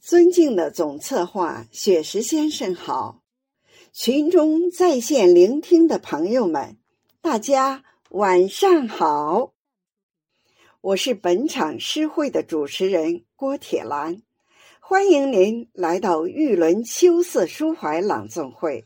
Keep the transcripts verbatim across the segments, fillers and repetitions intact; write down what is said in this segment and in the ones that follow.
尊敬的总策划雪石先生好，群中在线聆听的朋友们，大家晚上好。我是本场诗会的主持人郭铁兰，欢迎您来到玉轮秋色抒怀朗诵会。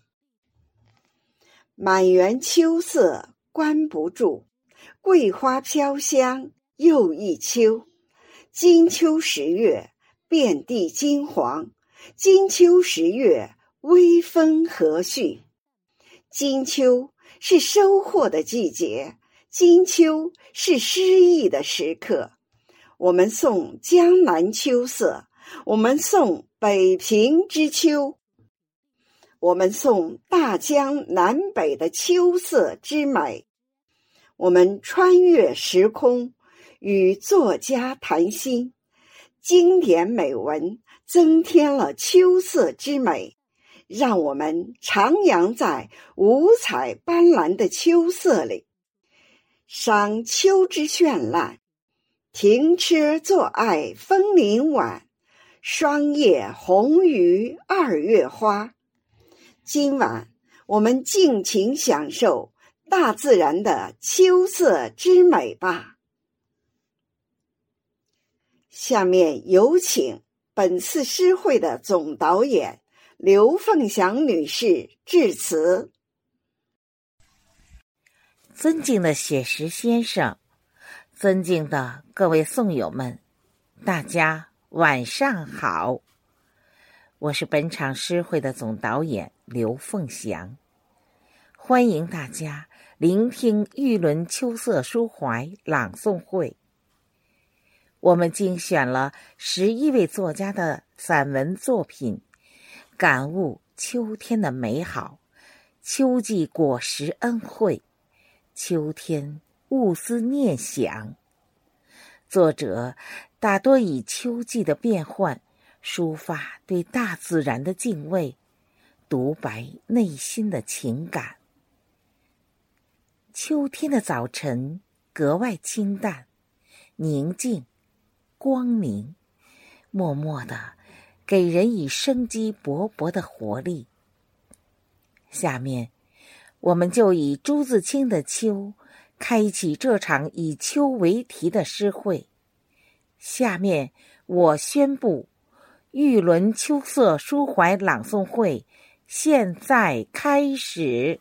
满园秋色关不住，桂花飘香又一秋。金秋十月遍地金黄，金秋十月微风和煦。金秋是收获的季节，金秋是诗意的时刻。我们送江南秋色，我们送北平之秋，我们送大江南北的秋色之美。我们穿越时空，与作家谈心，经典美文增添了秋色之美，让我们徜徉在五彩斑斓的秋色里，赏秋之绚烂。停车坐爱枫林晚，霜叶红于二月花。今晚我们尽情享受大自然的秋色之美吧。下面有请本次诗会的总导演刘凤祥女士致辞。 尊敬的雪石先生，尊敬的各位颂友们，大家晚上好。我是本场诗会的总导演刘凤祥，欢迎大家聆听玉轮秋色抒怀朗诵会。我们精选了十一位作家的散文作品，感悟秋天的美好，秋季果实恩惠，秋天物思念想。作者大多以秋季的变换抒发对大自然的敬畏，独白内心的情感。秋天的早晨格外清淡，宁静光明，默默地给人以生机勃勃的活力。下面我们就以朱自清的秋开启这场以秋为题的诗会。下面我宣布玉轮秋色抒怀朗诵会现在开始。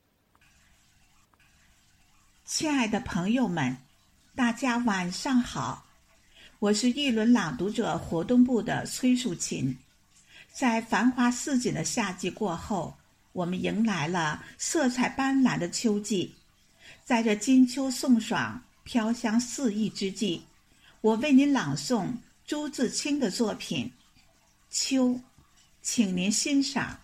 亲爱的朋友们，大家晚上好，我是玉轮朗读者活动部的崔树琴。在繁花似锦的夏季过后，我们迎来了色彩斑斓的秋季。在这金秋送爽、飘香四溢之际，我为您朗诵朱自清的作品《秋》，请您欣赏。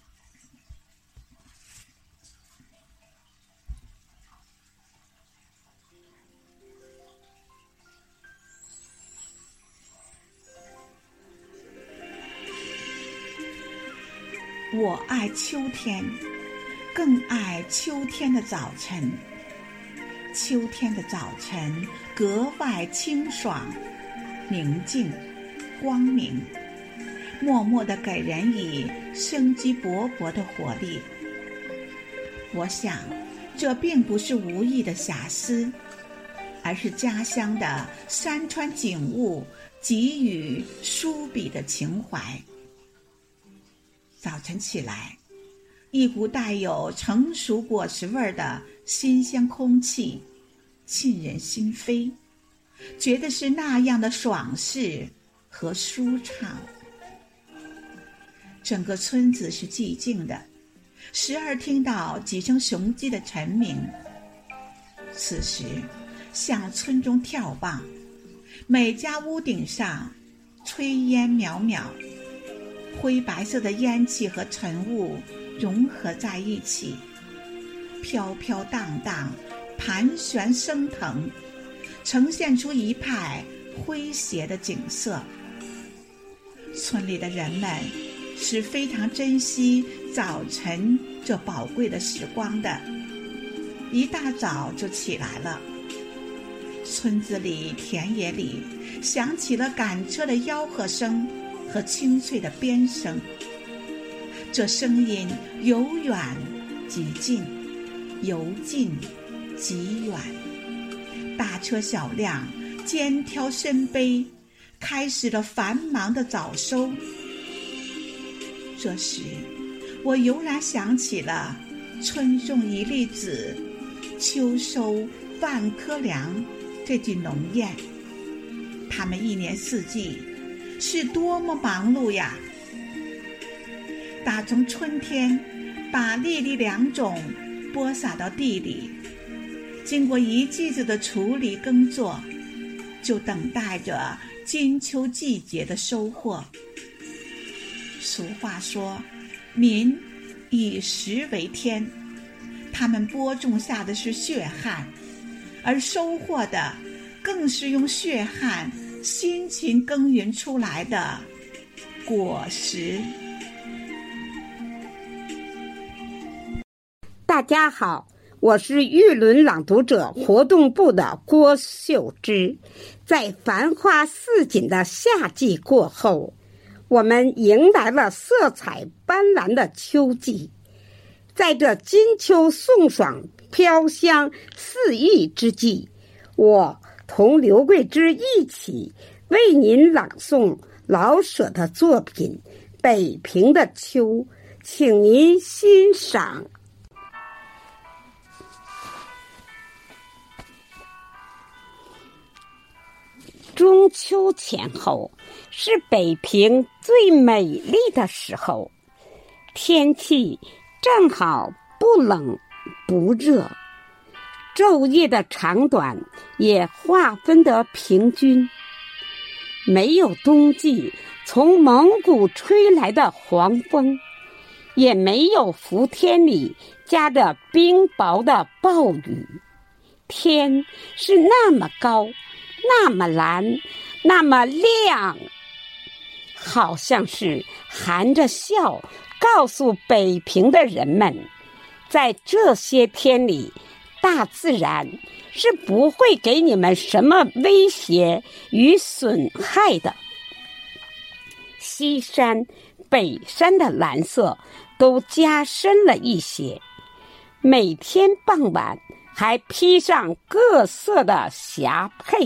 我爱秋天，更爱秋天的早晨。秋天的早晨格外清爽、宁静、光明，默默地给人以生机勃勃的活力。我想，这并不是无意的遐思，而是家乡的山川景物给予书笔的情怀。早晨起来，一股带有成熟果实味的新鲜空气沁人心扉，觉得是那样的爽适和舒畅。整个村子是寂静的，时而听到几声雄鸡的晨鸣。此时向村中眺望，每家屋顶上炊烟袅袅，灰白色的烟气和尘雾融合在一起，飘飘荡荡，盘旋升腾，呈现出一派诙谐的景色。村里的人们是非常珍惜早晨这宝贵的时光的，一大早就起来了。村子里、田野里响起了赶车的吆喝声和清脆的鞭声。这声音由远及近，由近及远。大车小辆肩挑身背，开始了繁忙的早收。这时我油然想起了春种一粒子，秋收万颗粮这句农谚。他们一年四季是多么忙碌呀！打从春天把粒粒粮种播撒到地里，经过一季子的处理耕作，就等待着金秋季节的收获。俗话说，民以食为天，他们播种下的是血汗，而收获的更是用血汗辛勤耕耘出来的果实。 大家好，我是玉轮朗读者活动部的郭秀芝。在繁花似锦的夏季过后，我们迎来了色彩斑斓的秋季。在这金秋送爽、飘香四溢之际，我同刘桂芝一起为您朗诵老舍的作品《北平的秋》，请您欣赏。中秋前后是北平最美丽的时候，天气正好不冷不热，昼夜的长短也划分得平均，没有冬季从蒙古吹来的黄风，也没有伏天里夹着冰雹的暴雨。天是那么高，那么蓝，那么亮，好像是含着笑告诉北平的人们，在这些天里，大自然是不会给你们什么威胁与损害的。西山、北山的蓝色都加深了一些，每天傍晚还披上各色的霞帔。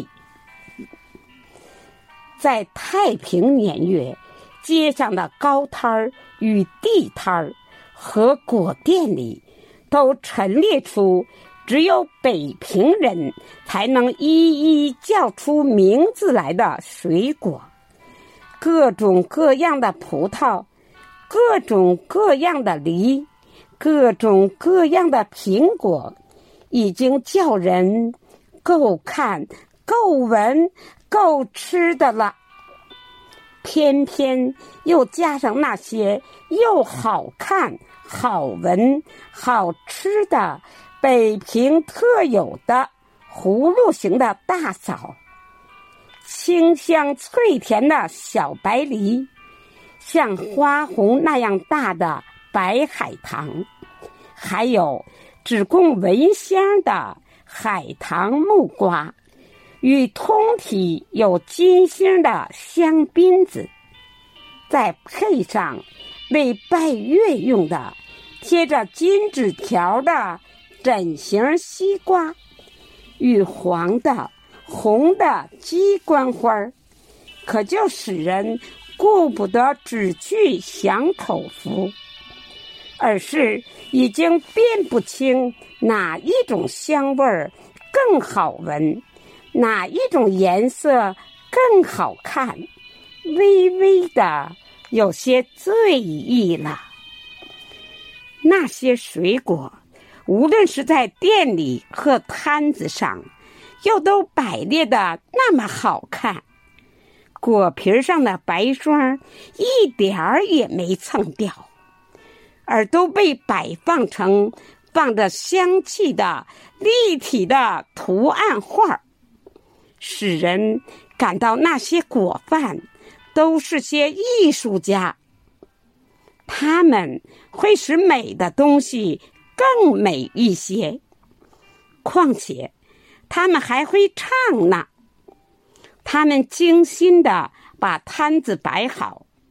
在太平年月，街上的高摊儿与地摊儿和果店里，都陈列出只有北平人才能一一叫出名字来的水果，各种各样的葡萄，各种各样的梨，各种各样的苹果，已经叫人够看、够闻、够吃的了。偏偏又加上那些又好看、好闻、好吃的北平特有的葫芦形的大枣，清香脆甜的小白梨，像花红那样大的白海棠，还有只供闻香的海棠木瓜，与通体有金星的香槟子，再配上为拜月用的贴着金纸条的枕形西瓜，与黄的、红的鸡冠花，可就使人顾不得只去享口福，而是已经辨不清哪一种香味儿更好闻，哪一种颜色更好看，微微的有些醉意了。那些水果无论是在店里和摊子上，又都摆列的那么好看，果皮上的白霜一点儿也没蹭掉，而都被摆放成放着香气的立体的图案画，使人感到那些果贩都是些艺术家，他们会使美的东西更美一些，况且他们还会唱呢。他们精心地把摊子摆好，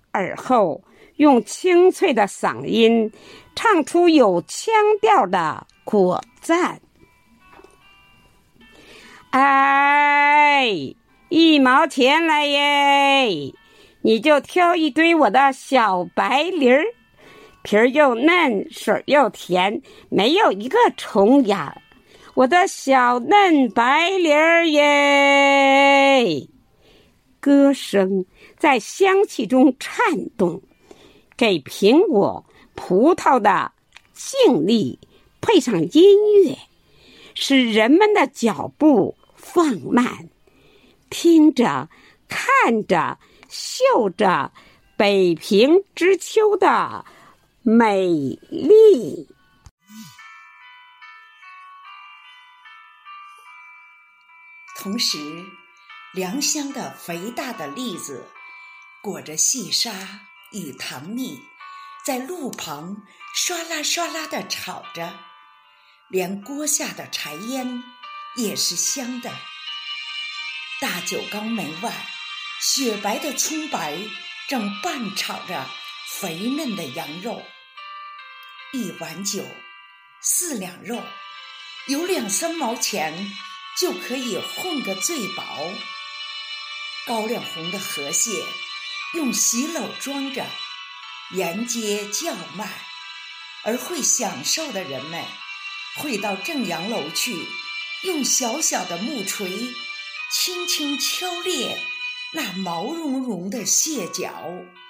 而后用清脆的嗓音唱出有腔调的果赞。哎，一毛钱来耶！你就挑一堆我的小白梨儿，皮儿又嫩，水又甜，没有一个虫眼。我的小嫩白梨儿耶！歌声在香气中颤动，给苹果、葡萄的静谧配上音乐，使人们的脚步放慢，听着、看着、嗅着北平之秋的美丽。 同时，良乡的肥大的栗子裹着细沙与糖蜜，在路旁唰啦唰啦地炒着，连锅下的柴烟也是香的。大酒缸门外，雪白的葱白正拌炒着肥嫩的羊肉。一碗酒，四两肉，有两三毛钱就可以混个醉饱。高粱红的河蟹用洗篓装着，沿街叫卖，而会享受的人们会到正阳楼去，用小小的木锤轻轻敲裂那毛茸茸的蟹脚。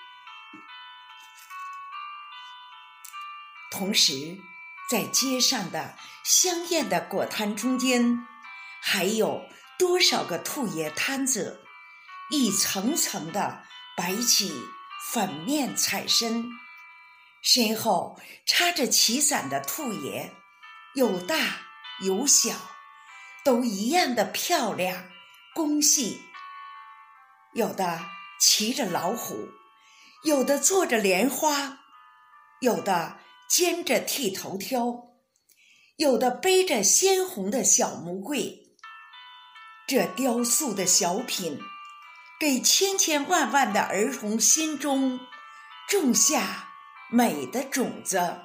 同时，在街上的香艳的果摊中间，还有多少个兔爷摊子，一层层的摆起粉面彩身，身后插着旗伞的兔爷，有大有小，都一样的漂亮工细。有的骑着老虎，有的坐着莲花，有的肩着剃头挑，有的背着鲜红的小木柜。这雕塑的小品，给千千万万的儿童心中种下美的种子。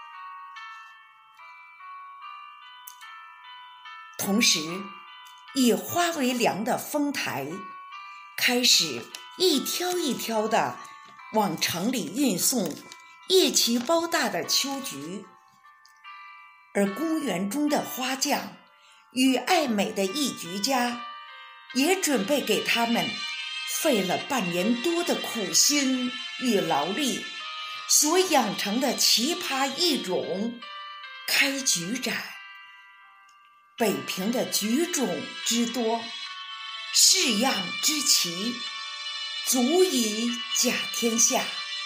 同时，以花为梁的丰台开始一挑一挑的往城里运送叶奇包大的秋菊，而公园中的花匠与爱美的艺菊家也准备给他们费了半年多的苦心与劳力所养成的奇葩异种开菊展。北平的菊种之多，式样之奇，足以甲天下。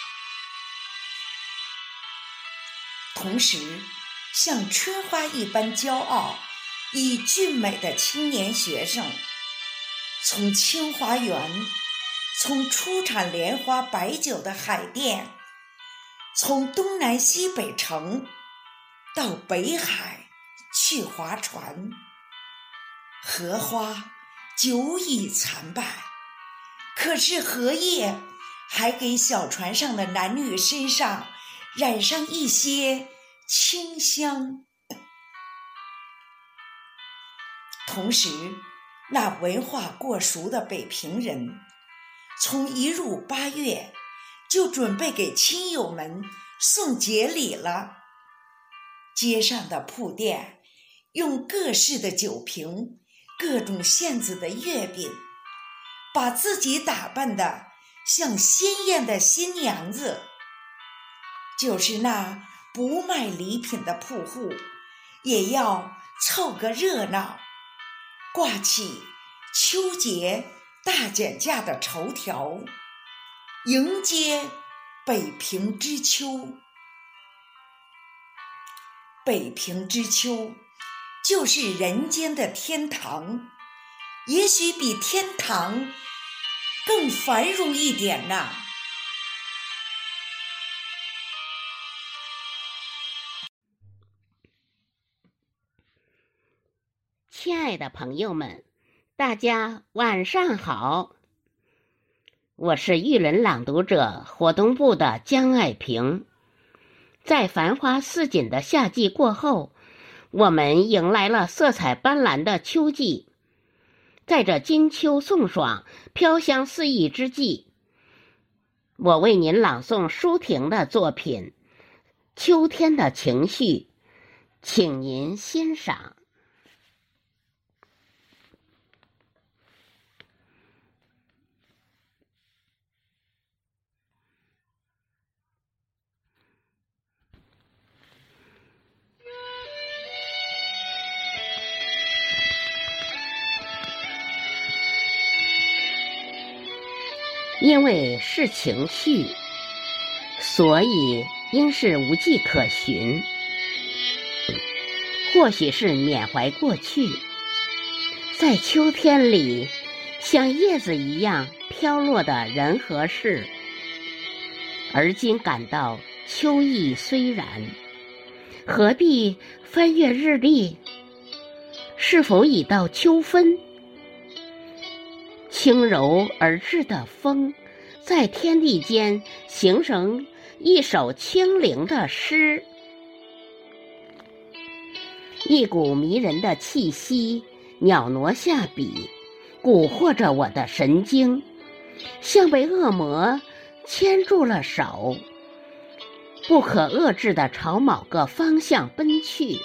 同时，像春花一般骄傲以俊美的青年学生，从清华园，从出产莲花白酒的海淀，从东南西北城到北海去划船。荷花久已残败，可是荷叶还给小船上的男女身上染上一些清香。同时，那文化过熟的北平人，从一入八月就准备给亲友们送节礼了。街上的铺店用各式的酒瓶，各种馅子的月饼，把自己打扮得像鲜艳的新娘子。就是那不卖礼品的铺户，也要凑个热闹，挂起秋节大减价的绸条，迎接北平之秋。北平之秋就是人间的天堂，也许比天堂更繁荣一点呢。 亲爱的朋友们，大家晚上好。 我是育人朗读者活动部的江爱萍。在繁花似锦的夏季过后，我们迎来了色彩斑斓的秋季。在这金秋送爽、飘香四溢之际，我为您朗诵舒婷的作品《秋天的情绪》，请您欣赏。因为是情绪，所以应是无迹可寻。或许是缅怀过去，在秋天里像叶子一样飘落的人和事，而今感到秋意虽然，何必翻阅日历？是否已到秋分？轻柔而至的风，在天地间形成一首轻灵的诗，一股迷人的气息袅娜下笔，蛊惑着我的神经，像被恶魔牵住了手，不可遏制地朝某个方向奔去。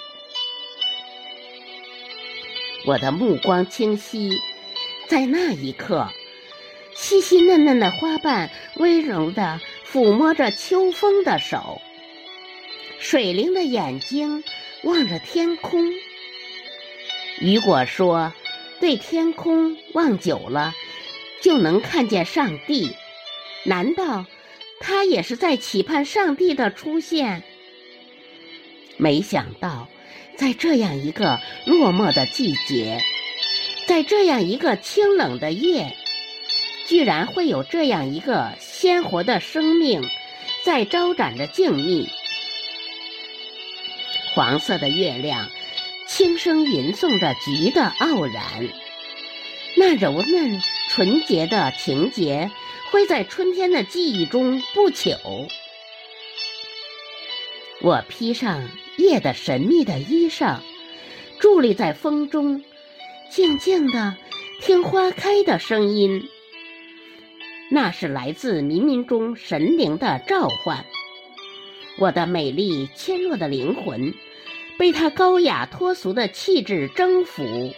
我的目光清晰，在那一刻，细细嫩嫩的花瓣温柔地抚摸着秋风的手，水灵的眼睛望着天空。雨果说，对天空望久了就能看见上帝，难道他也是在期盼上帝的出现？没想到在这样一个落寞的季节，在这样一个清冷的夜，居然会有这样一个鲜活的生命在招展着静谧。黄色的月亮轻声吟诵着菊的傲然，那柔嫩纯洁的情节会在春天的记忆中不朽。我披上夜的神秘的衣裳，伫立在风中，静静地听花开的声音，那是来自冥冥中神灵的召唤。我的美丽纤弱的灵魂被他高雅脱俗的气质征服，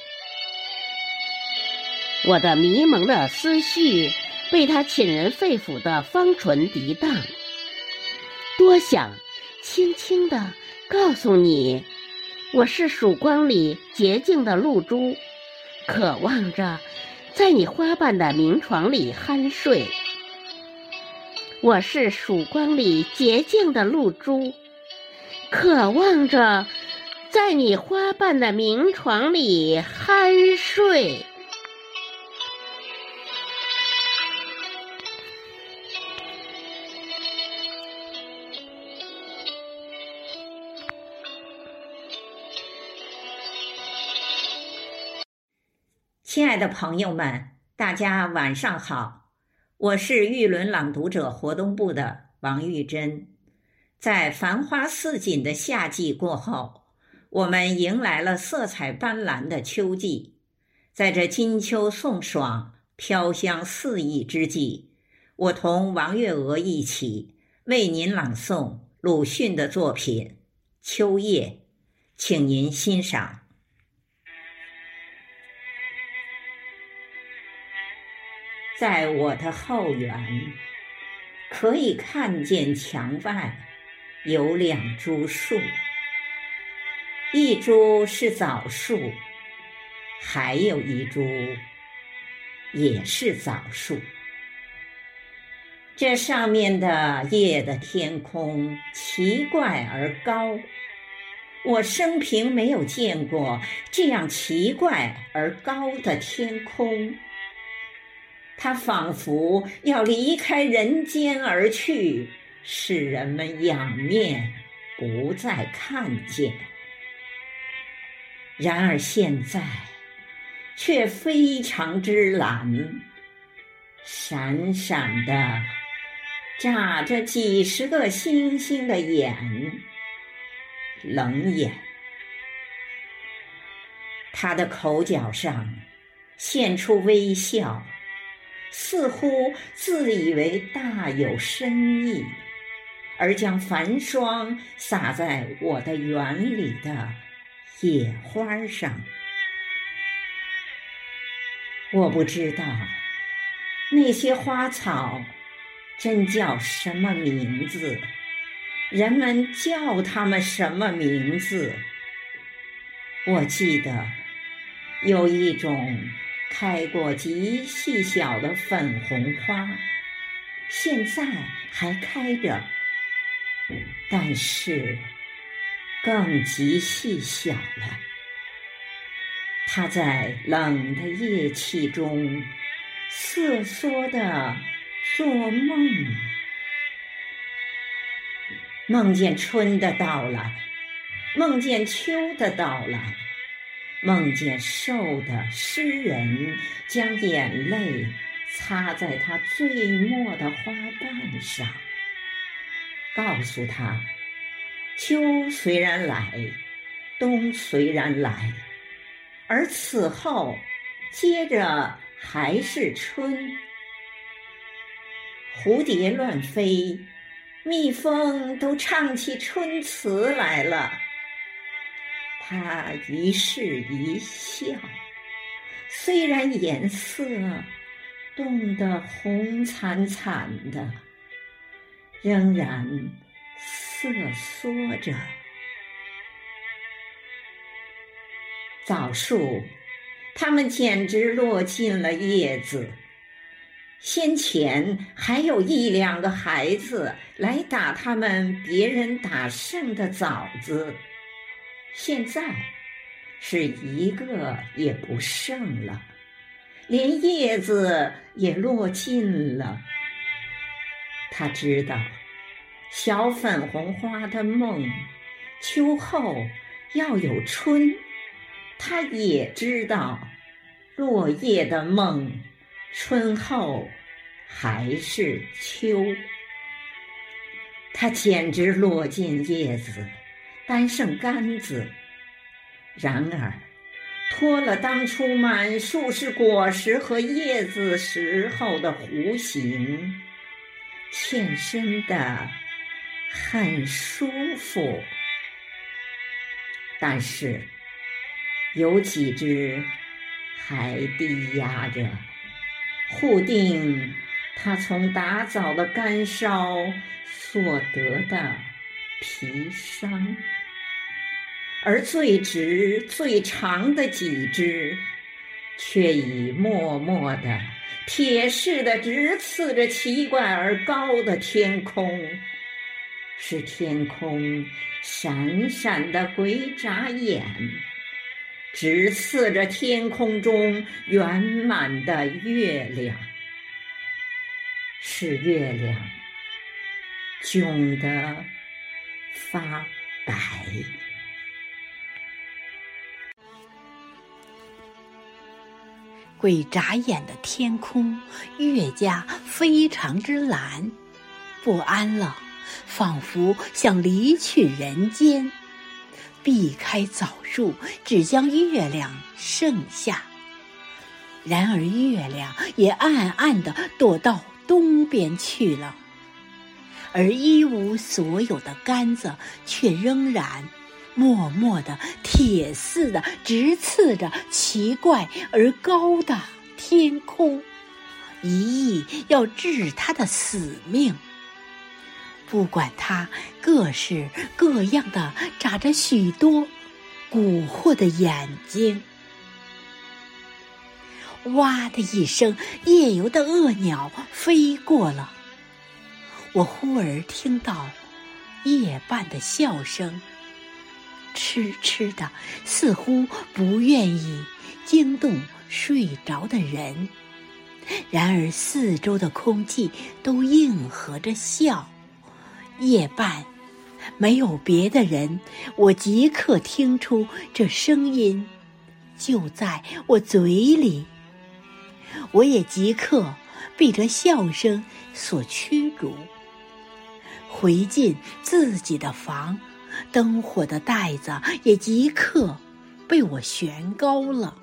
我的迷蒙的思绪被他沁人肺腑的芳醇涤荡。多想轻轻地告诉你，我是曙光里洁净的露珠，渴望着在你花瓣的明床里酣睡。我是曙光里洁净的露珠，渴望着在你花瓣的明床里酣睡。 亲爱的朋友们，大家晚上好，我是育伦朗读者活动部的王玉珍。在繁花似锦的夏季过后，我们迎来了色彩斑斓的秋季。在这金秋送爽、飘香四溢之际，我同王月娥一起为您朗诵鲁迅的作品《秋夜》，请您欣赏。在我的后园，可以看见墙外有两株树，一株是枣树，还有一株也是枣树。这上面的夜的天空奇怪而高，我生平没有见过这样奇怪而高的天空。它仿佛要离开人间而去，使人们仰面不再看见。然而现在却非常之蓝， 闪闪的眨着几十个星星的眼，冷眼。他的口角上现出微笑，似乎自以为大有深意，而将繁霜洒在我的园里的野花上。我不知道那些花草真叫什么名字，人们叫它们什么名字。我记得有一种开过极细小的粉红花，现在还开着，但是更极细小了。它在冷的夜气中瑟缩地做梦，梦见春的到来，梦见秋的到来，梦见瘦的诗人将眼泪擦在他最末的花瓣上，告诉他，秋虽然来，冬虽然来，而此后接着还是春。蝴蝶乱飞，蜜蜂都唱起春词来了。他于是一笑，虽然颜色冻得红惨惨的，仍然瑟缩着。枣树，它们简直落尽了叶子。先前还有一两个孩子来打他们别人打剩的枣子，现在是一个也不剩了，连叶子也落尽了。他知道小粉红花的梦秋后要有春，他也知道落叶的梦春后还是秋。它简直落尽叶子，单剩杆子。然而脱了当初满树是果实和叶子时候的弧形，欠身的很舒服。但是有几只还低压着，护定它从打枣的干烧所得的皮伤，而最直最长的几只却已默默地铁似的直刺着奇怪而高的天空，是天空闪闪的鬼眨眼，直刺着天空中圆满的月亮，是月亮窘得发白。 鬼眨眼的天空越加非常之蓝，不安了，仿佛想离去人间，避开枣树，只将月亮剩下。然而月亮也暗暗地躲到东边去了，而一无所有的杆子却仍然默默地铁似的直刺着奇怪而高的天空，一意要治他的死命。不管他各式各样的眨着许多蛊惑的眼睛。哇的一声，夜游的恶鸟飞过了，我忽而听到夜半的笑声，痴痴的，似乎不愿意惊动睡着的人。然而四周的空气都应和着笑。夜半没有别的人，我即刻听出这声音就在我嘴里，我也即刻被这笑声所驱逐。回进自己的房，灯火的带子也即刻被我悬高了。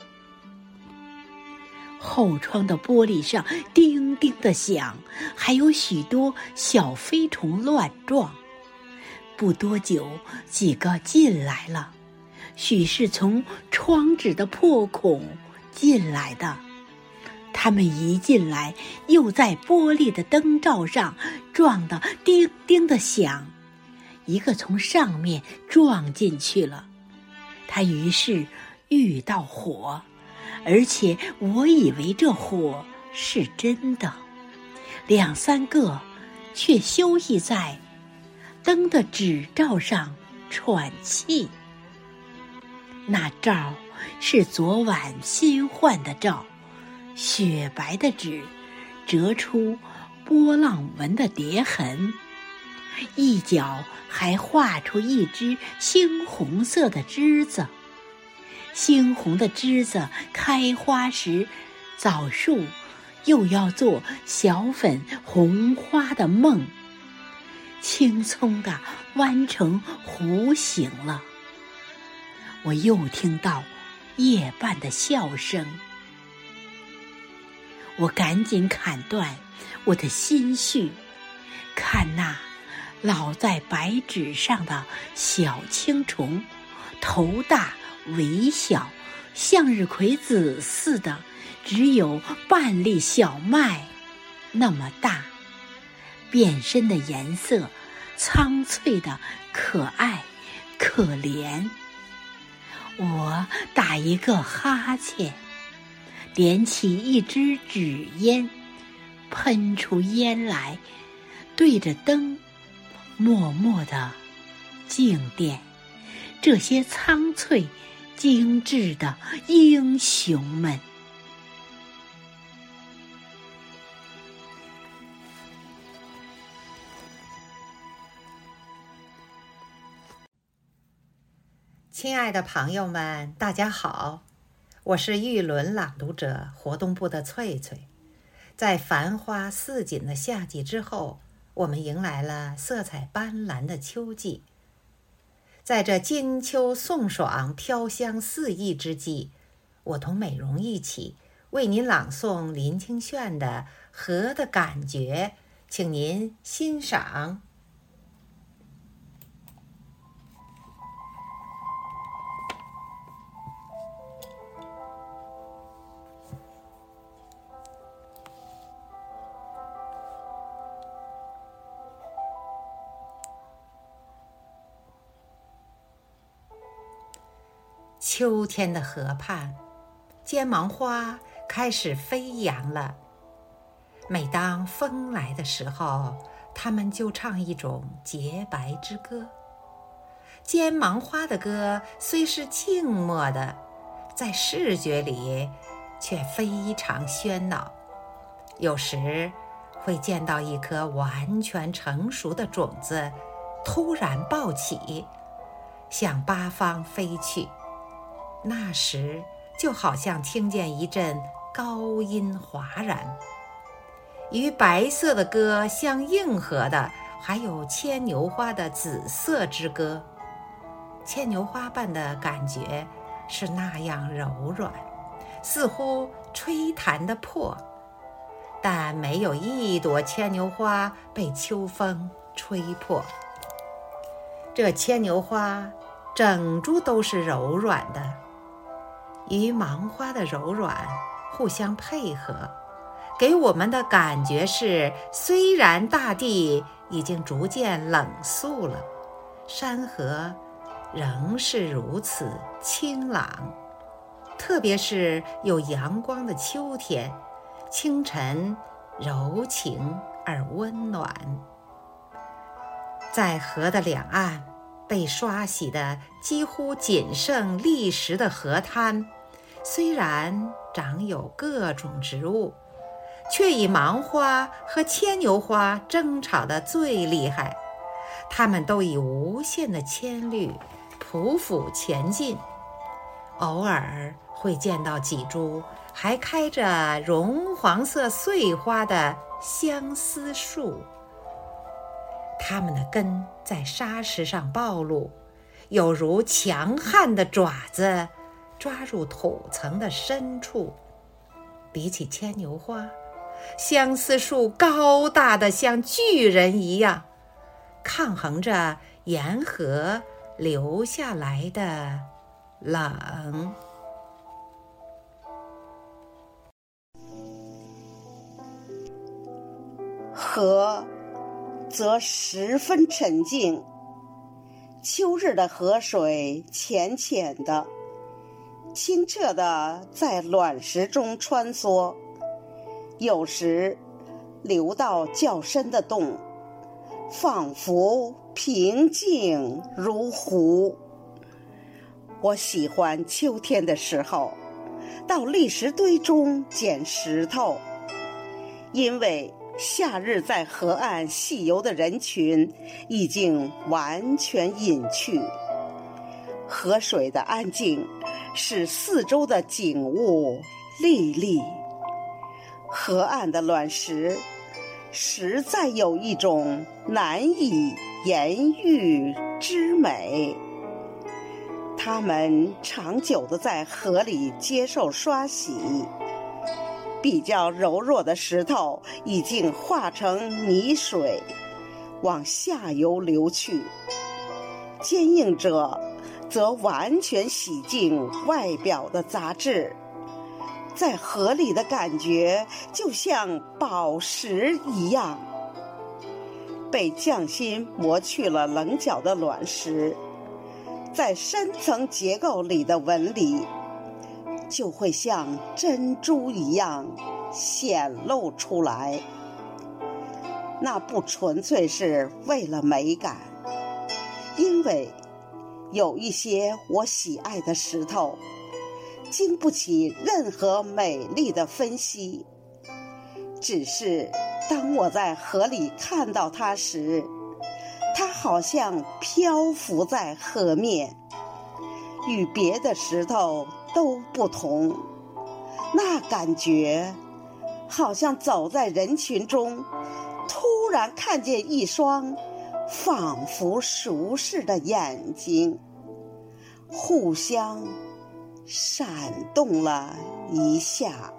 后窗的玻璃上叮叮的响，还有许多小飞虫乱撞。不多久，几个进来了，许是从窗纸的破孔进来的。他们一进来，又在玻璃的灯罩上撞得叮叮的响。一个从上面撞进去了，他于是遇到火，而且我以为这火是真的。两三个却休息在灯的纸罩上喘气。那罩是昨晚新换的罩，雪白的纸折出波浪纹的叠痕，一角还画出一只猩红色的栀子。猩红的栀子开花时，枣树又要做小粉红花的梦，青葱地弯成弧形了。我又听到夜半的笑声，我赶紧砍断我的心绪，看那老在白纸上的小青虫，头大微小，向日葵籽似的，只有半粒小麦那么大，遍身的颜色苍翠的可爱可怜。我打一个哈欠，点起一支纸烟，喷出烟来，对着灯默默地静奠这些苍翠精致的英雄们。 亲爱的朋友们，大家好，我是玉轮朗读者活动部的翠翠。在繁花似锦的夏季之后，我们迎来了色彩斑斓的秋季。在这金秋送爽、飘香四溢之际，我同美容一起为您朗诵林清炫的《河的感觉》，请您欣赏。秋天的河畔，尖芒花开始飞扬了。每当风来的时候，它们就唱一种洁白之歌。尖芒花的歌虽是静默的，在视觉里却非常喧闹。有时会见到一颗完全成熟的种子突然爆起，向八方飞去。那时就好像听见一阵高音哗然。与白色的歌相应和的还有牵牛花的紫色之歌。牵牛花瓣的感觉是那样柔软，似乎吹弹的破，但没有一朵牵牛花被秋风吹破。这牵牛花整株都是柔软的，与芒花的柔软互相配合，给我们的感觉是，虽然大地已经逐渐冷肃了，山河仍是如此清朗。特别是有阳光的秋天，清晨柔情而温暖。在河的两岸，被刷洗的几乎仅剩砾石的河滩，虽然长有各种植物，却以芒花和牵牛花争吵得最厉害。它们都以无限的铅律匍匐前进，偶尔会见到几株还开着绒黄色穗花的相思树，它们的根在沙石上暴露，有如强悍的爪子抓入土层的深处。比起牵牛花，相思树高大的像巨人一样，抗衡着沿河流下来的冷。 河则十分沉静，秋日的河水浅浅的、清澈的在卵石中穿梭，有时流到较深的洞，仿佛平静如湖。我喜欢秋天的时候到砾石堆中捡石头，因为夏日在河岸戏游的人群已经完全隐去，河水的安静使四周的景物历历。河岸的卵石实在有一种难以言喻之美，它们长久地在河里接受刷洗，比较柔弱的石头已经化成泥水往下游流去，坚硬者则完全洗净外表的杂质，在河里的感觉就像宝石一样。被匠心磨去了棱角的卵石，在深层结构里的纹理就会像珍珠一样显露出来。那不纯粹是为了美感，因为有一些我喜爱的石头经不起任何美丽的分析，只是当我在河里看到它时，它好像漂浮在河面，与别的石头都不同。那感觉好像走在人群中，突然看见一双仿佛熟识的眼睛，互相闪动了一下。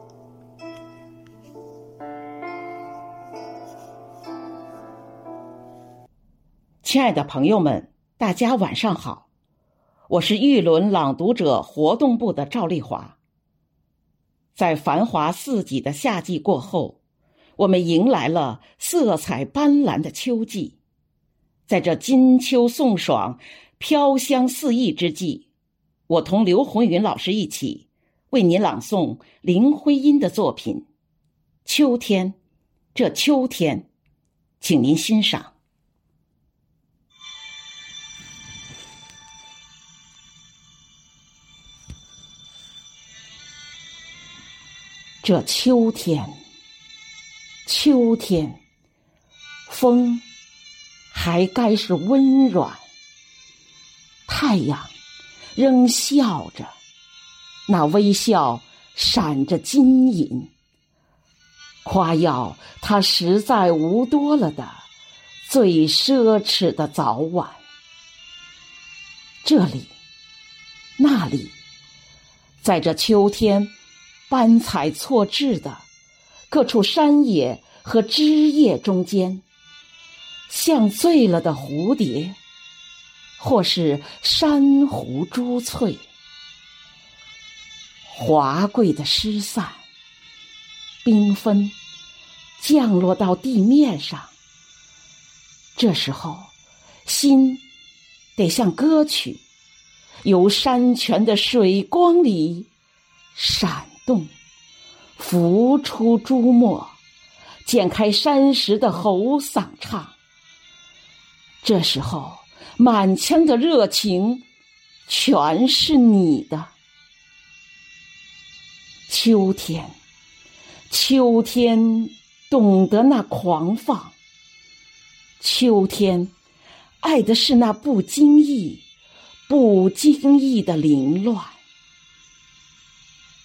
亲爱的朋友们，大家晚上好，我是玉轮朗读者活动部的赵丽华。在繁华四季的夏季过后，我们迎来了色彩斑斓的秋季。在这金秋送爽、飘香四溢之际，我同刘红云老师一起为您朗诵林徽因的作品《秋天》。这秋天，请您欣赏。这秋天，秋天，风还该是温软，太阳仍笑着，那微笑闪着金银，夸耀它实在无多了的最奢侈的早晚。这里，那里，在这秋天斑彩错置的各处山野和枝叶中间，像醉了的蝴蝶，或是珊瑚珠翠，华贵的失散，缤纷降落到地面上。这时候，心得像歌曲，由山泉的水光里闪动，浮出珠墨，剪开山石的喉嗓唱。这时候，满腔的热情全是你的。秋天，秋天懂得那狂放，秋天爱的是那不经意、不经意的凌乱。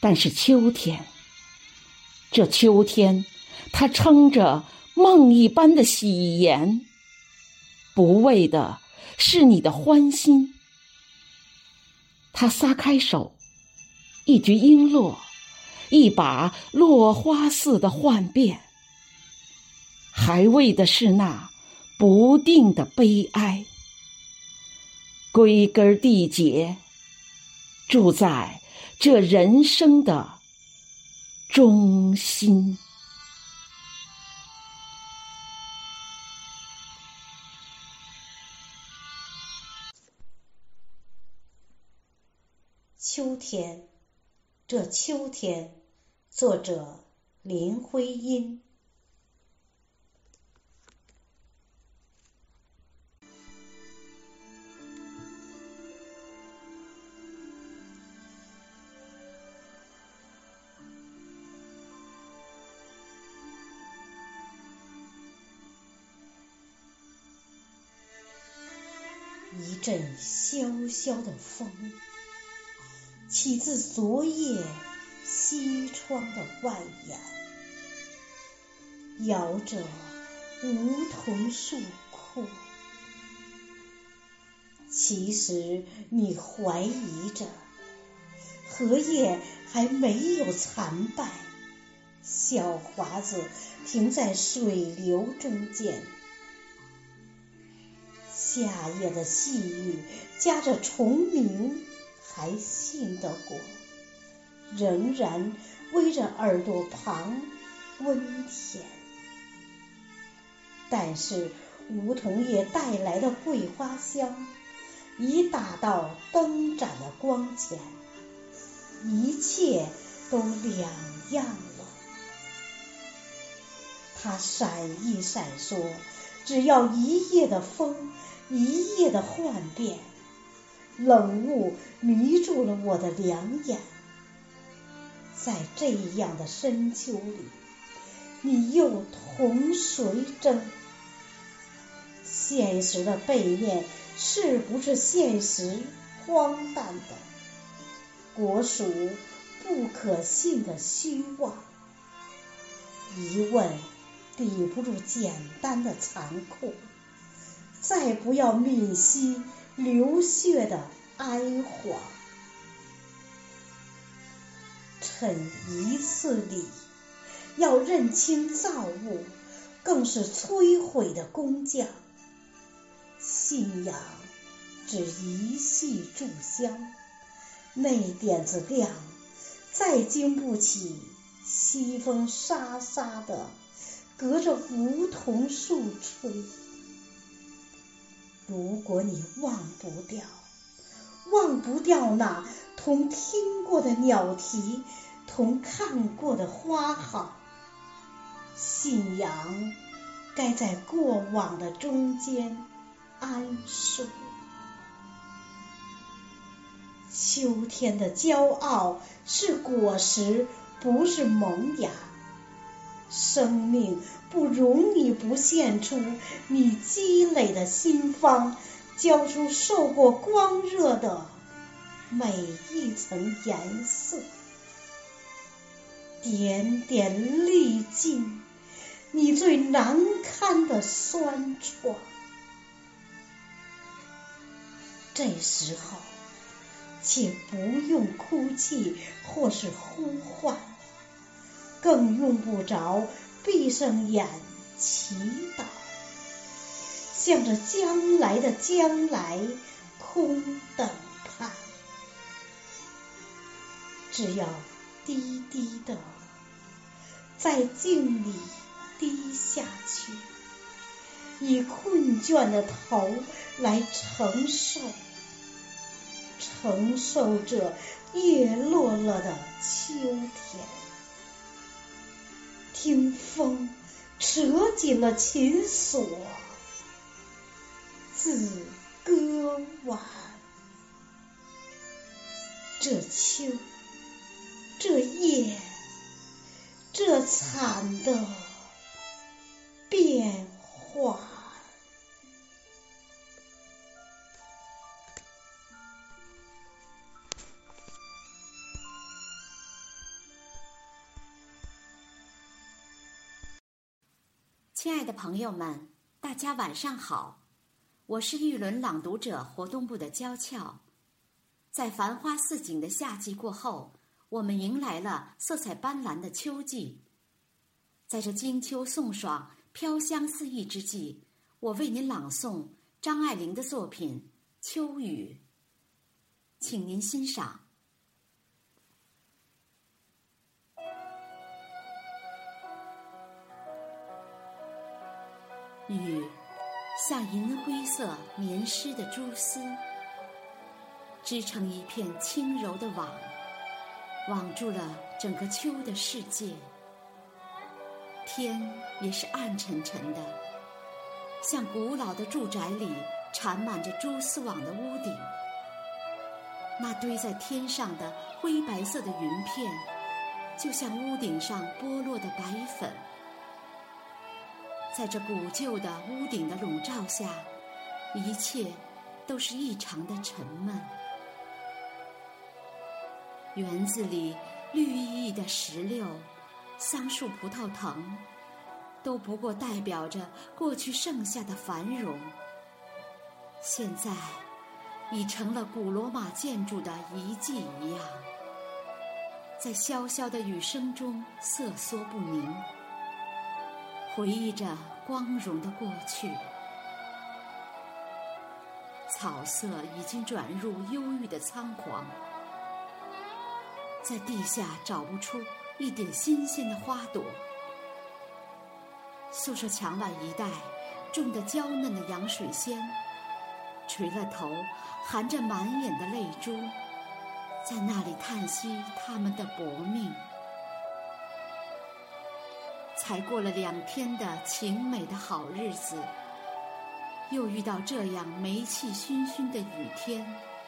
但是秋天，这秋天，它撑着梦一般的喜颜，不为的是你的欢心。它撒开手，一句璎珞，一把落花似的幻变，还为的是那不定的悲哀。归根缔结，住在这人生的中心。 秋天，这秋天，作者林徽因。一阵萧萧的风，起自昨夜西窗的外檐，摇着梧桐树枯。其实你怀疑着，荷叶还没有残败，小华子停在水流中间。夏夜的细雨夹着虫鸣，还信得过，仍然偎着耳朵旁温甜。但是梧桐叶带来的桂花香已打到灯盏的光前，一切都两样了。它闪熠闪烁，只要一夜的风，一夜的幻变，冷雾迷住了我的两眼。在这样的深秋里，你又同谁争？现实的背面是不是现实荒诞的国属不可信的虚妄？疑问抵不住简单的残酷，再不要泯息流血的哀惶。趁一次礼，要认清造物，更是摧毁的工匠。信仰只一系炷香，那点子亮，再经不起西风沙沙的隔着梧桐树吹。如果你忘不掉，忘不掉那同听过的鸟啼，同看过的花好，信仰该在过往的中间安睡。秋天的骄傲是果实，不是萌芽。生命不容你不献出你积累的心芳，交出受过光热的每一层颜色。点点历尽你最难堪的酸楚。这时候且不用哭泣或是呼唤，更用不着闭上眼祈祷，向着将来的将来空等盼。只要低低的在镜里低下去，以困倦的头来承受，承受着叶落了的秋天。听风扯紧了琴锁，自歌晚。这秋，这夜，这惨的变化。 亲爱的朋友们，大家晚上好，我是玉轮朗读者活动部的娇俏。在繁花似锦的夏季过后，我们迎来了色彩斑斓的秋季。在这金秋送爽、飘香四溢之际，我为您朗诵张爱玲的作品《秋雨》，请您欣赏。雨像银灰色粘湿的蛛丝，织成一片轻柔的网，网住了整个秋的世界。天也是暗沉沉的，像古老的住宅里缠满着蛛丝网的屋顶。那堆在天上的灰白色的云片，就像屋顶上剥落的白粉。在这古旧的屋顶的笼罩下，一切都是异常的沉闷。园子里绿意的石榴、桑树、葡萄藤，都不过代表着过去盛夏的繁荣，现在已成了古罗马建筑的遗迹一样，在潇潇的雨声中瑟缩不宁，回忆着光荣的过去。草色已经转入忧郁的仓皇，在地下找不出一点新鲜的花朵。宿舍墙外一带种得娇嫩的洋水仙，垂了头，含着满眼的泪珠，在那里叹息他们的薄命。才过了两天的晴美的好日子，又遇到这样霉气熏熏的雨天。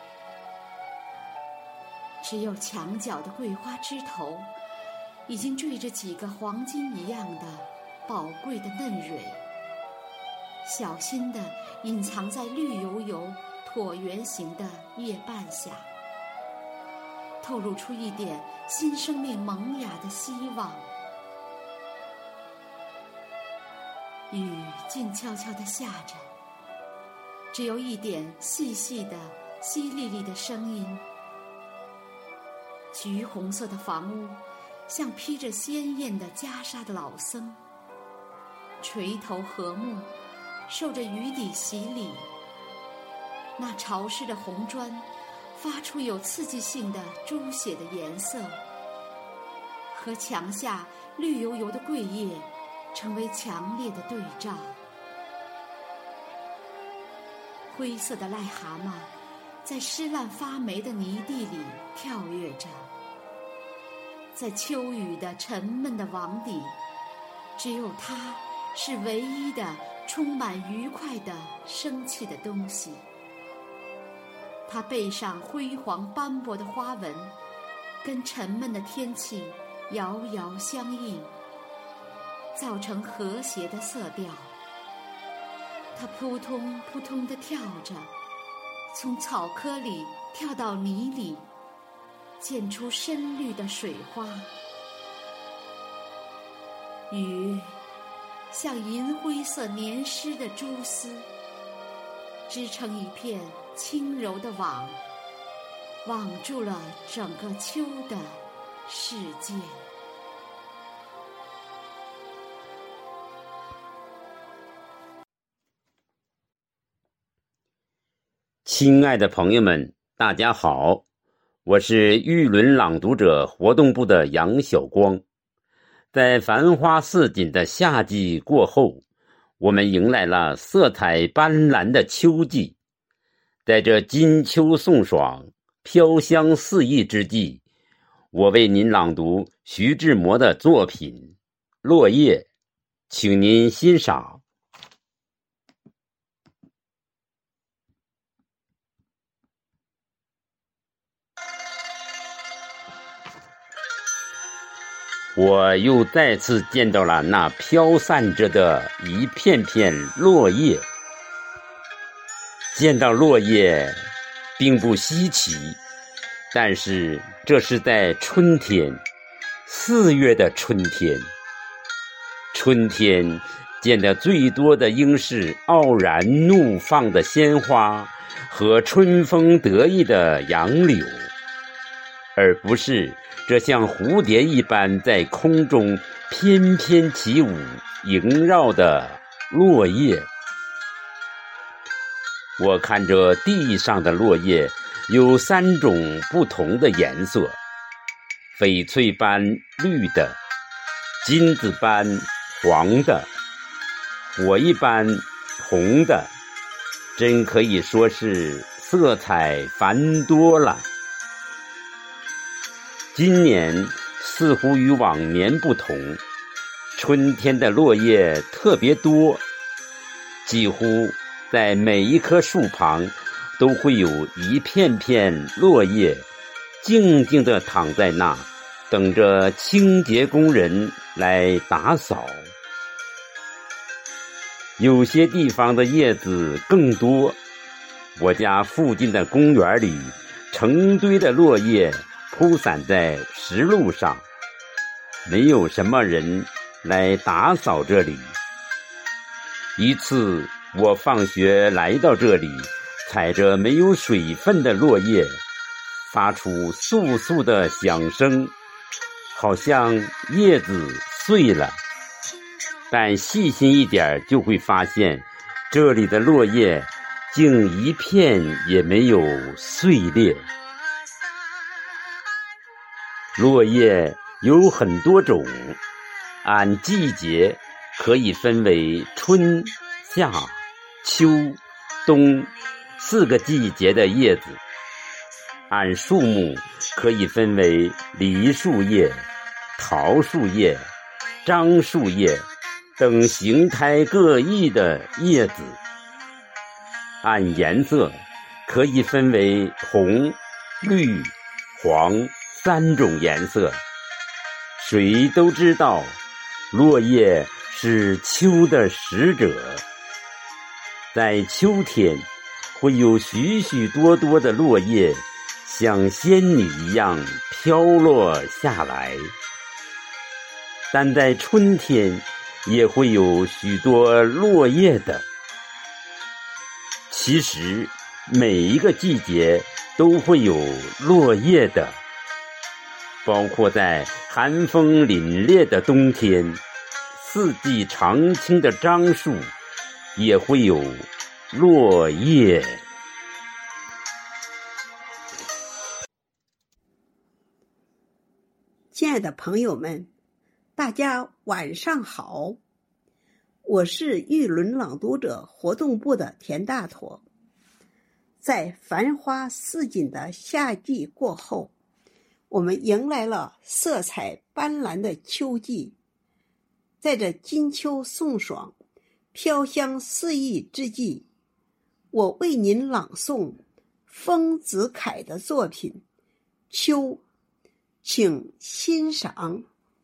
只有墙角的桂花枝头，已经缀着几个黄金一样的宝贵的嫩蕊，小心地隐藏在绿油油椭圆形的叶瓣下，透露出一点新生命萌芽的希望。雨静悄悄地下着，只有一点细细的淅沥沥的声音。橘红色的房屋像披着鲜艳的袈裟的老僧，垂头和睦，受着雨底洗礼。那潮湿的红砖发出有刺激性的猪血的颜色，和墙下绿油油的桂叶成为强烈的对照。灰色的癞蛤蟆在湿烂发霉的泥地里跳跃着，在秋雨的沉闷的网底，只有它是唯一的充满愉快的生气的东西。它背上辉煌斑驳的花纹跟沉闷的天气遥遥相应，造成和谐的色调。它扑通扑通地跳着，从草窠里跳到泥里，溅出深绿的水花。雨像银灰色粘湿的蛛丝，织成一片轻柔的网，网住了整个秋的世界。 亲爱的朋友们，大家好，我是玉轮朗读者活动部的杨晓光。在繁花似锦的夏季过后，我们迎来了色彩斑斓的秋季。在这金秋送爽、飘香四溢之际，我为您朗读徐志摩的作品《落叶》，请您欣赏。我又再次见到了那飘散着的一片片落叶。见到落叶并不稀奇，但是这是在春天，四月的春天。春春天见得最多的应是傲然怒放的鲜花和春风得意的杨柳，而不是这像蝴蝶一般在空中翩翩起舞萦绕的落叶。我看着地上的落叶有三种不同的颜色，翡翠般绿的，金子般黄的，火一般红的，真可以说是色彩繁多了。今年似乎与往年不同，春天的落叶特别多，几乎在每一棵树旁都会有一片片落叶静静地躺在那，等着清洁工人来打扫。有些地方的叶子更多，我家附近的公园里成堆的落叶铺散在石路上，没有什么人来打扫这里。一次我放学来到这里，踩着没有水分的落叶，发出簌簌的响声，好像叶子碎了。但细心一点就会发现，这里的落叶竟一片也没有碎裂。落叶有很多种，按季节可以分为春、夏、秋、冬四个季节的叶子，按树木可以分为梨树叶、桃树叶、樟树叶等形态各异的叶子，按颜色可以分为红、绿、黄三种颜色。谁都知道，落叶是秋的使者，在秋天会有许许多多的落叶像仙女一样飘落下来，但在春天也会有许多落叶的。其实每一个季节都会有落叶的，包括在寒风凛冽的冬天，四季常青的樟树也会有落叶。 亲爱的朋友们，大家晚上好，我是玉轮朗读者活动部的田大妥。在繁花似锦的夏季过后，我们迎来了色彩斑斓的秋季。在这金秋送爽、飘香四溢之际，我为您朗诵丰子恺的作品《秋》，请欣赏。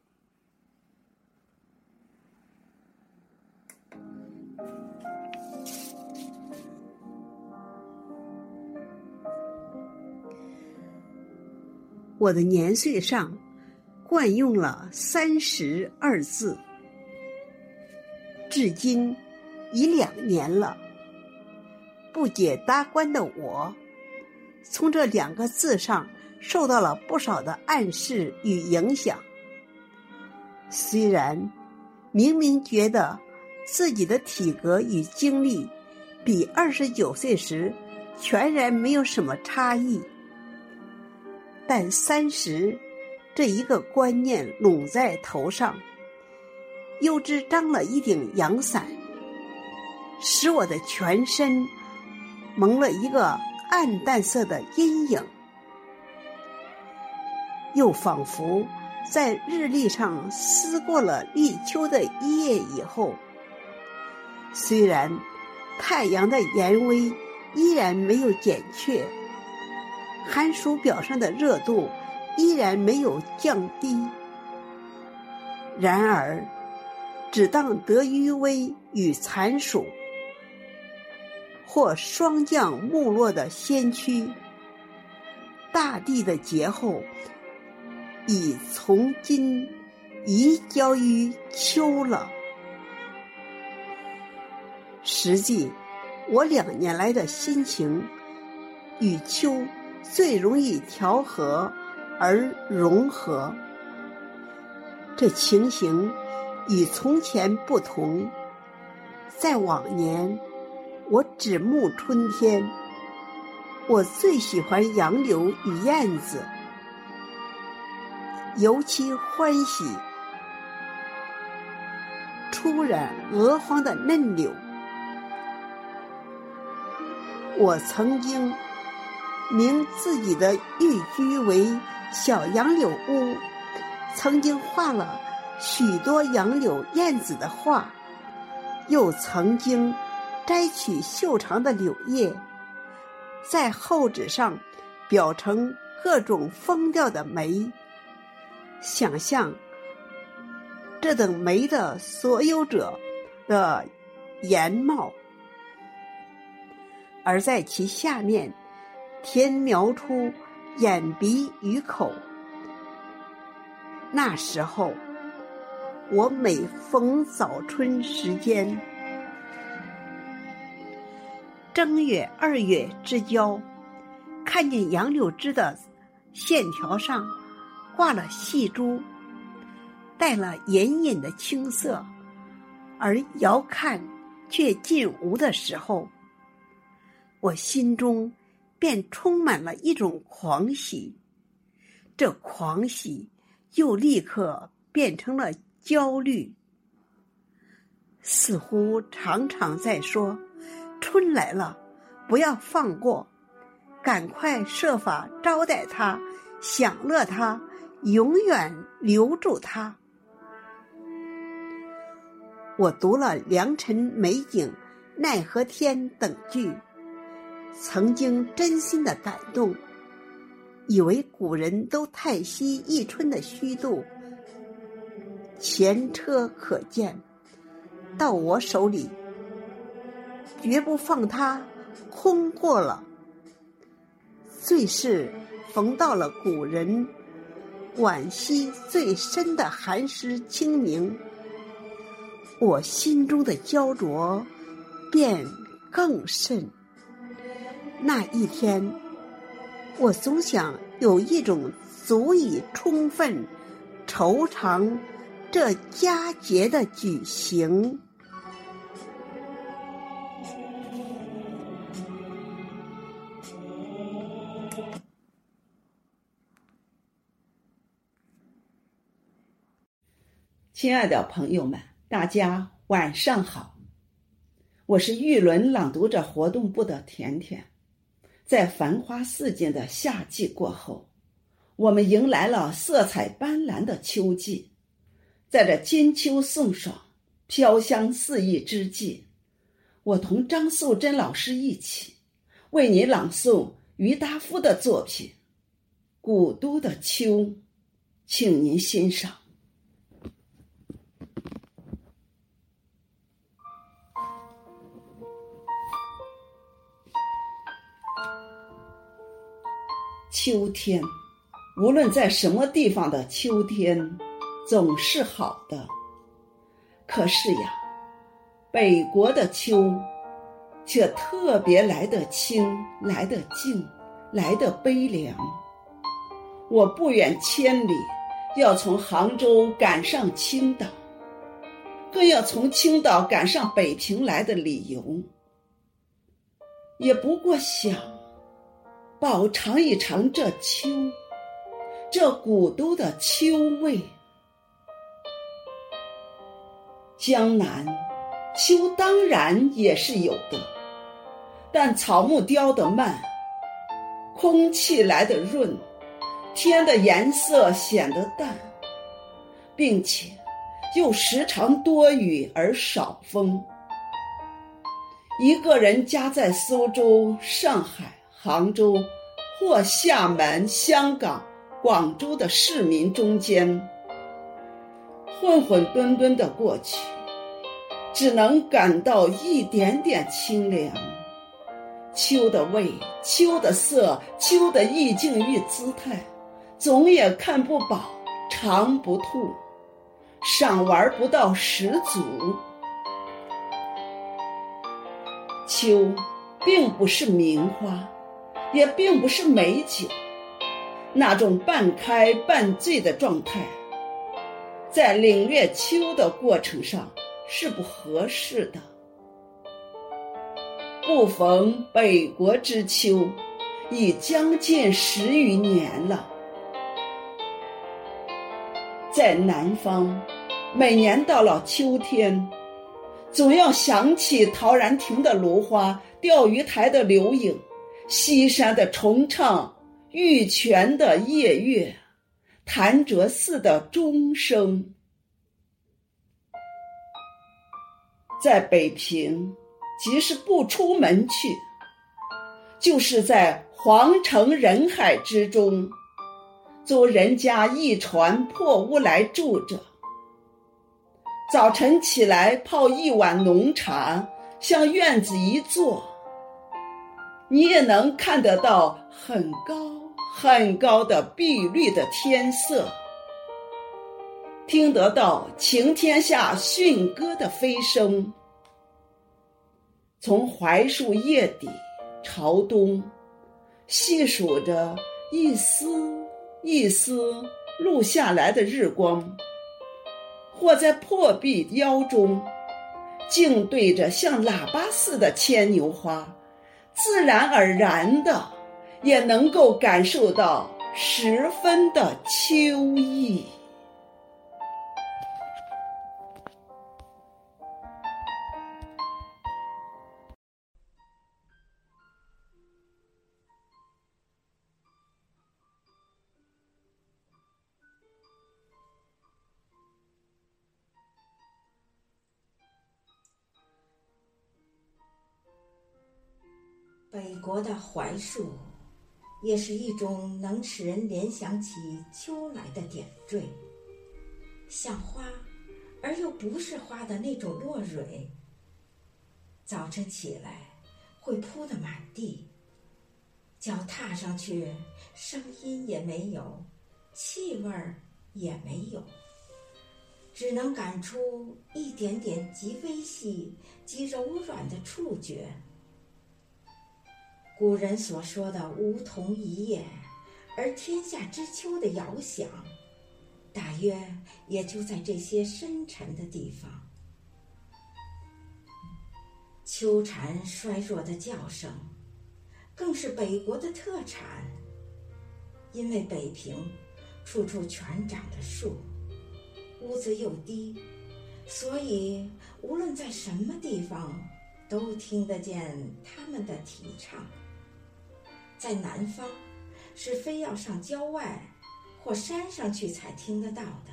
我的年岁上惯用了三十二字，至今已两年了。不解达观的我，从这两个字上受到了不少的暗示与影响。虽然明明觉得自己的体格与精力比二十九岁时全然没有什么差异，但三十这一个观念拢在头上，又只张了一顶阳伞，使我的全身蒙了一个暗淡色的阴影，又仿佛在日历上撕过了立秋的一页以后，虽然太阳的炎威依然没有减却，寒暑表上的热度依然没有降低，然而只当得余威与残暑，或霜降木落的先驱，大地的劫后已从今移交于秋了。 实际我两年来的心情与秋最容易调和而融合。这情形与从前不同，在往年我只目春天，我最喜欢杨柳与燕子，尤其欢喜初染鹅黄的嫩柳。我曾经名自己的寓居为小杨柳屋，曾经画了许多杨柳燕子的画，又曾经摘取秀长的柳叶，在厚纸上裱成各种风调的梅。想象这等梅的所有者的颜貌，而在其下面填描出眼鼻与口。那时候我每逢早春时间，正月二月之交，看见杨柳枝的线条上挂了细珠，带了隐隐的青色，而遥看却近无的时候，我心中便充满了一种狂喜，这狂喜又立刻变成了焦虑，似乎常常在说，春来了，不要放过，赶快设法招待他，享乐他，永远留住他。我读了良辰美景奈何天等句，曾经真心的感动，以为古人都太惜一春的虚度，前车可鉴，到我手里绝不放它空过了。最是逢到了古人惋惜最深的寒食清明，我心中的焦灼便更甚。那一天，我总想有一种足以充分筹偿这佳节的举行。 亲爱的朋友们，大家晚上好，我是玉轮朗读者活动部的甜甜。在繁花似锦的夏季过后，我们迎来了色彩斑斓的秋季。在这金秋送爽、飘香四溢之际，我同张素贞老师一起为你朗诵郁达夫的作品《古都的秋》，请您欣赏。秋天，无论在什么地方的秋天总是好的。可是呀，北国的秋却特别来得清，来得静，来得悲凉。我不远千里要从杭州赶上青岛，更要从青岛赶上北平来的理由，也不过想饱尝一尝这秋，这古都的秋味。江南秋当然也是有的，但草木凋得慢，空气来得润，天的颜色显得淡，并且又时常多雨而少风。一个人家在苏州、上海、杭州或厦门、香港、广州的市民中间，混混沌沌的过去，只能感到一点点清凉。秋的味，秋的色，秋的意境与姿态，总也看不饱，尝不吐，赏玩不到十足。 秋并不是名花，也并不是美酒，那种半开半醉的状态，在领略秋的过程上是不合适的。不逢北国之秋，已将近十余年了。在南方，每年到了秋天，总要想起陶然亭的芦花，钓鱼台的柳影，西山的重唱，玉泉的夜月，潭柘寺的钟声。在北平，即使不出门去，就是在皇城人海之中，租人家一船破屋来住着。早晨起来泡一碗浓茶，向院子一坐，你也能看得到很高很高的碧绿的天色，听得到晴天下驯鸽的飞声。从槐树叶底朝东，细数着一丝一丝落下来的日光，或在破壁腰中静对着像喇叭似的牵牛花，自然而然的也能够感受到十分的秋意。 北国的槐树也是一种能使人联想起秋来的点缀，像花而又不是花的那种落蕊，早晨起来会铺得满地，脚踏上去声音也没有，气味也没有，只能感出一点点极微细极柔软的触觉。古人所说的梧桐一叶而天下之秋的遥想，大约也就在这些深沉的地方。秋蝉衰弱的叫声更是北国的特产，因为北平处处全长着树，屋子又低，所以无论在什么地方都听得见他们的啼唱。在南方，是非要上郊外或山上去才听得到的。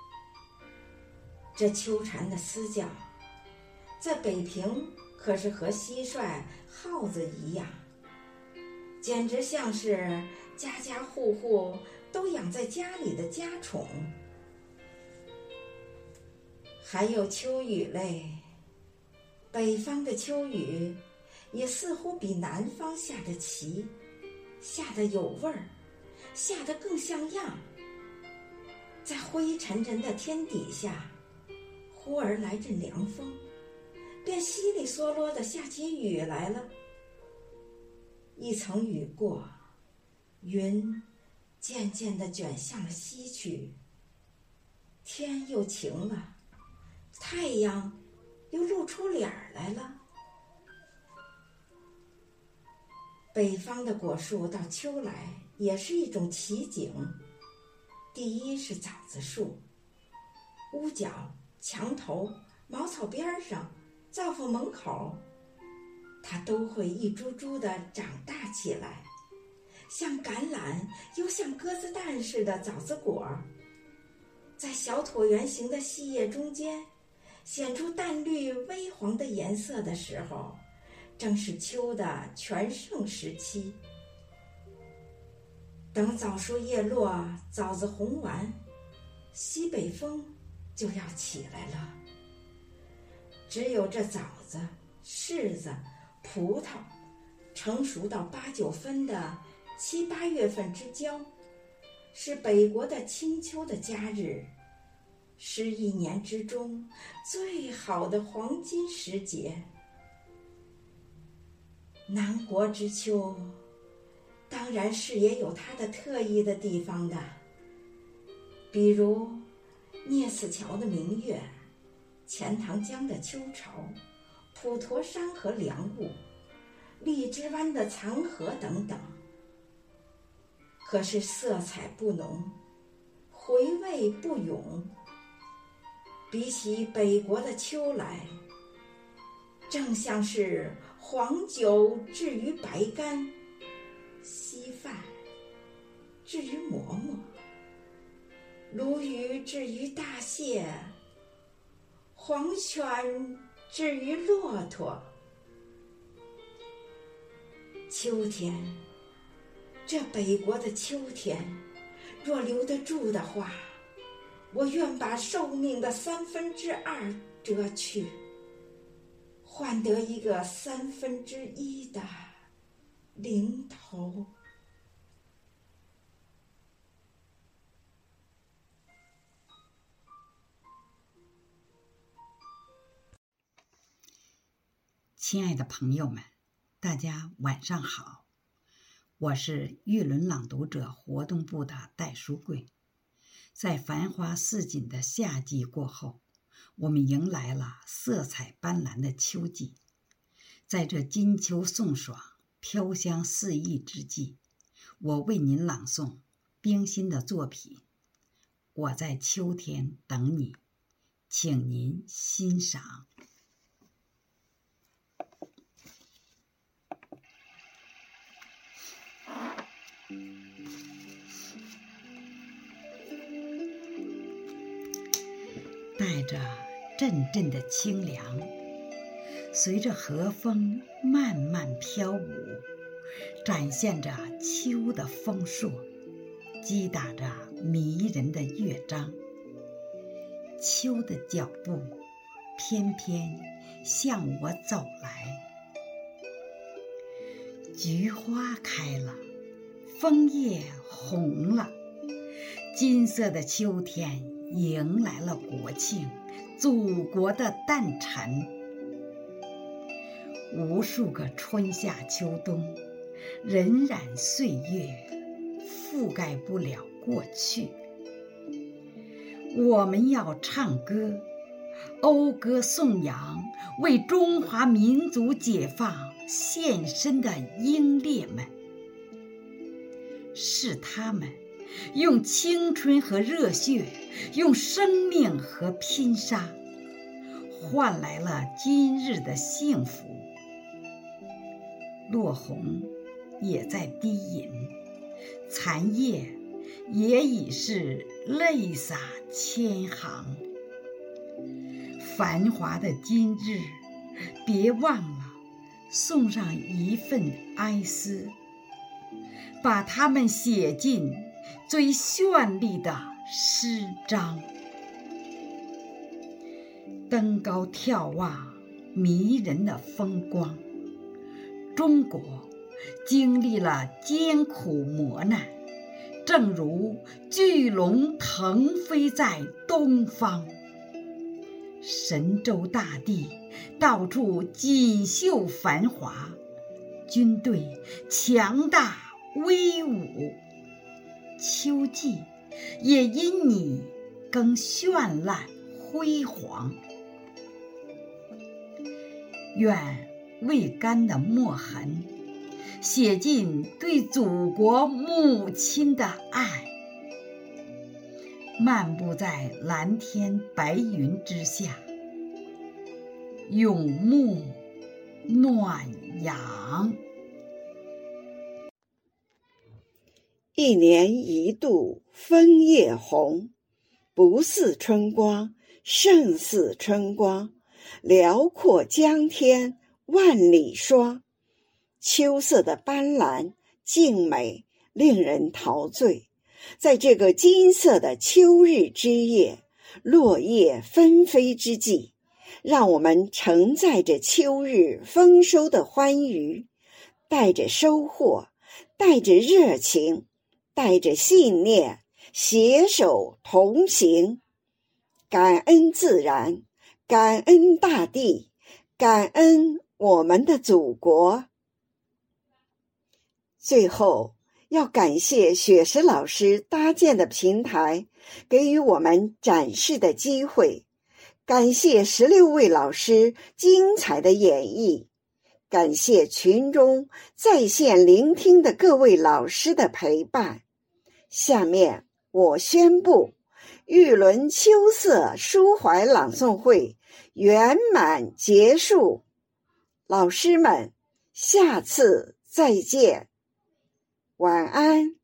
这秋蝉的嘶叫，在北平可是和蟋蟀、耗子一样，简直像是家家户户都养在家里的家宠。还有秋雨嘞，北方的秋雨也似乎比南方下得齐，下得有味儿，下得更像样。在灰沉沉的天底下，忽而来阵凉风，便稀里嗦啰地下起雨来了。一层雨过，云渐渐地卷向了西去，天又晴了，太阳又露出脸儿来了。北方的果树到秋来也是一种奇景。第一是枣子树，屋角、墙头、茅草边上、灶房门口，它都会一株株地长大起来，像橄榄又像鸽子蛋似的枣子果，在小椭圆形的细叶中间显出淡绿微黄的颜色的时候，正是秋的全盛时期。等枣树叶落，枣子红完，西北风就要起来了。只有这枣子、柿子、葡萄成熟到八九分的七八月份之交，是北国的清秋的佳日，是一年之中最好的黄金时节。 南国之秋，当然是也有它的特异的地方的，比如聂斯桥的明月，钱塘江的秋潮，普陀山河凉雾，荔枝湾的残荷等等。可是色彩不浓，回味不永。比起北国的秋来，正像是黄酒置于白干，稀饭置于馍馍，鲈鱼置于大蟹，黄犬置于骆驼。秋天，这北国的秋天，若留得住的话，我愿把寿命的三分之二折去，换得一个三分之一的零头。 亲爱的朋友们，大家晚上好，我是玉轮朗读者活动部的戴书贵。在繁花似锦的夏季过后，我们迎来了色彩斑斓的秋季。在这金秋送爽、飘香四溢之际，我为您朗诵冰心的作品《我在秋天等你》，请您欣赏。带着阵阵的清凉，随着和风慢慢飘舞，展现着秋的丰硕，击打着迷人的乐章。秋的脚步偏偏向我走来，菊花开了，枫叶红了，金色的秋天迎来了国庆，祖国的诞辰。无数个春夏秋冬，荏苒岁月，覆盖不了过去。我们要唱歌，讴歌颂扬为中华民族解放献身的英烈们。是他们用青春和热血，用生命和拼杀，换来了今日的幸福。落红也在低吟，残叶也已是泪洒千行。繁华的今日，别忘了送上一份哀思，把它们写进最绚丽的诗章。登高眺望迷人的风光，中国经历了艰苦磨难，正如巨龙腾飞在东方。神州大地到处锦绣繁华，军队强大威武，秋季也因你更绚烂辉煌。愿未干的墨痕写进对祖国母亲的爱，漫步在蓝天白云之下，永沐暖阳。 一年一度枫叶红，不似春光胜似春光，辽阔江天万里霜。秋色的斑斓静美，令人陶醉。在这个金色的秋日之夜，落叶纷飞之际，让我们承载着秋日丰收的欢愉，带着收获，带着热情，带着信念，携手同行。感恩自然，感恩大地，感恩我们的祖国。 最后，要感谢雪石老师搭建的平台，给予我们展示的机会。感谢十六位老师精彩的演绎，感谢群中在线聆听的各位老师的陪伴。下面我宣布，玉轮秋色抒怀朗诵会圆满结束。老师们，下次再见，晚安。